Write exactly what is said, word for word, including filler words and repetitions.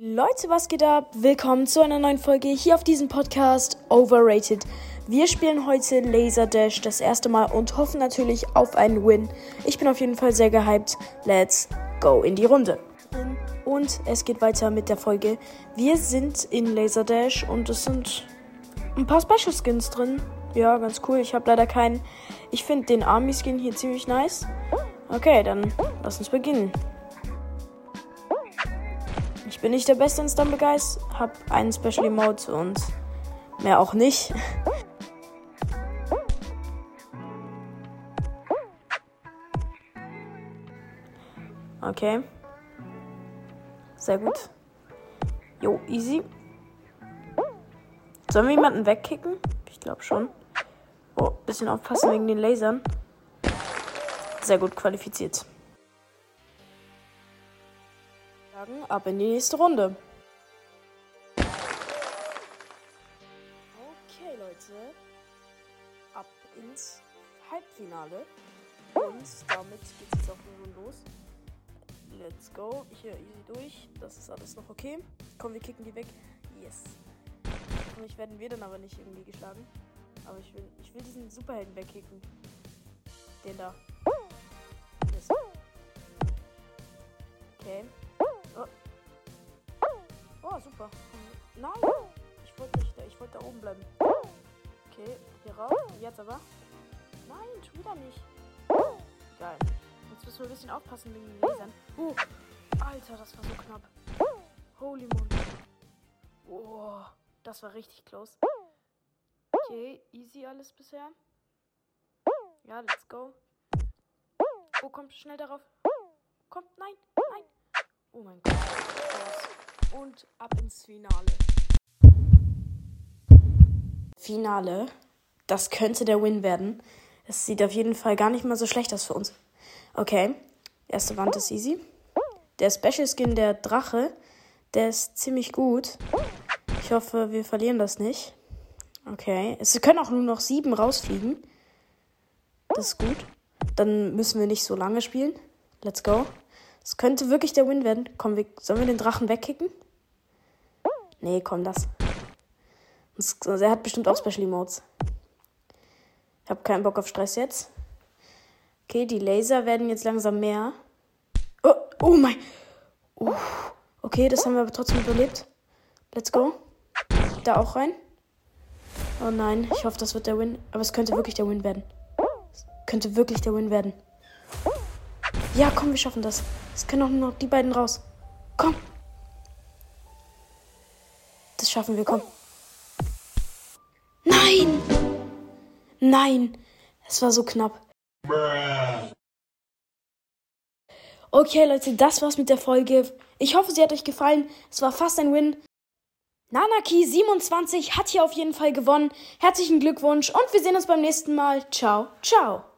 Leute, was geht ab? Willkommen zu einer neuen Folge hier auf diesem Podcast Overrated. Wir spielen heute Laser Dash das erste Mal und hoffen natürlich auf einen Win. Ich bin auf jeden Fall sehr gehypt. Let's go in die Runde. Und es geht weiter mit der Folge. Wir sind in Laser Dash und es sind ein paar Special Skins drin. Ja, ganz cool. Ich habe leider keinen. Ich finde den Army Skin hier ziemlich nice. Okay, dann lass uns beginnen. Ich bin nicht der Beste in Stumble Guys, hab einen Special Emote und mehr auch nicht. Okay. Sehr gut. Jo, easy. Sollen wir jemanden wegkicken? Ich glaube schon. Oh, bisschen aufpassen wegen den Lasern. Sehr gut qualifiziert. Ab in die nächste Runde. Okay, Leute. Ab ins Halbfinale. Und damit geht es jetzt auch schon los. Let's go. Hier easy durch. Das ist alles noch okay. Komm, wir kicken die weg. Yes. Mich werden wir dann aber nicht irgendwie geschlagen. Aber ich will, ich will diesen Superhelden wegkicken. Den da. Yes. Okay. Oh. Oh, super. Nein! Ich wollte nicht, ich wollte da oben bleiben. Okay, hier raus. Jetzt aber. Nein, tu wieder nicht. Geil. Jetzt müssen wir ein bisschen aufpassen wegen den Lasern. Oh, Alter, das war so knapp. Holy moly. Oh, das war richtig close. Okay, easy alles bisher. Ja, let's go. Oh, kommt schnell darauf. Kommt, nein, nein. Oh mein Gott. Und ab ins Finale. Finale. Das könnte der Win werden. Es sieht auf jeden Fall gar nicht mal so schlecht aus für uns. Okay. Erste Wand ist easy. Der Special Skin, der Drache, der ist ziemlich gut. Ich hoffe, wir verlieren das nicht. Okay. Es können auch nur noch sieben rausfliegen. Das ist gut. Dann müssen wir nicht so lange spielen. Let's go. Es könnte wirklich der Win werden. Komm, wir, sollen wir den Drachen wegkicken? Nee, komm, das. Also er hat bestimmt auch Special Emotes. Ich habe keinen Bock auf Stress jetzt. Okay, die Laser werden jetzt langsam mehr. Oh, oh mein. Uh, okay, das haben wir aber trotzdem überlebt. Let's go. Da auch rein. Oh nein, ich hoffe, das wird der Win. Aber es könnte wirklich der Win werden. Es könnte wirklich der Win werden. Ja, komm, wir schaffen das. Es können auch nur noch die beiden raus. Komm. Das schaffen wir, komm. Nein! Nein! Es war so knapp. Okay, Leute, das war's mit der Folge. Ich hoffe, sie hat euch gefallen. Es war fast ein Win. Nanaki siebenundzwanzig hat hier auf jeden Fall gewonnen. Herzlichen Glückwunsch und wir sehen uns beim nächsten Mal. Ciao, ciao.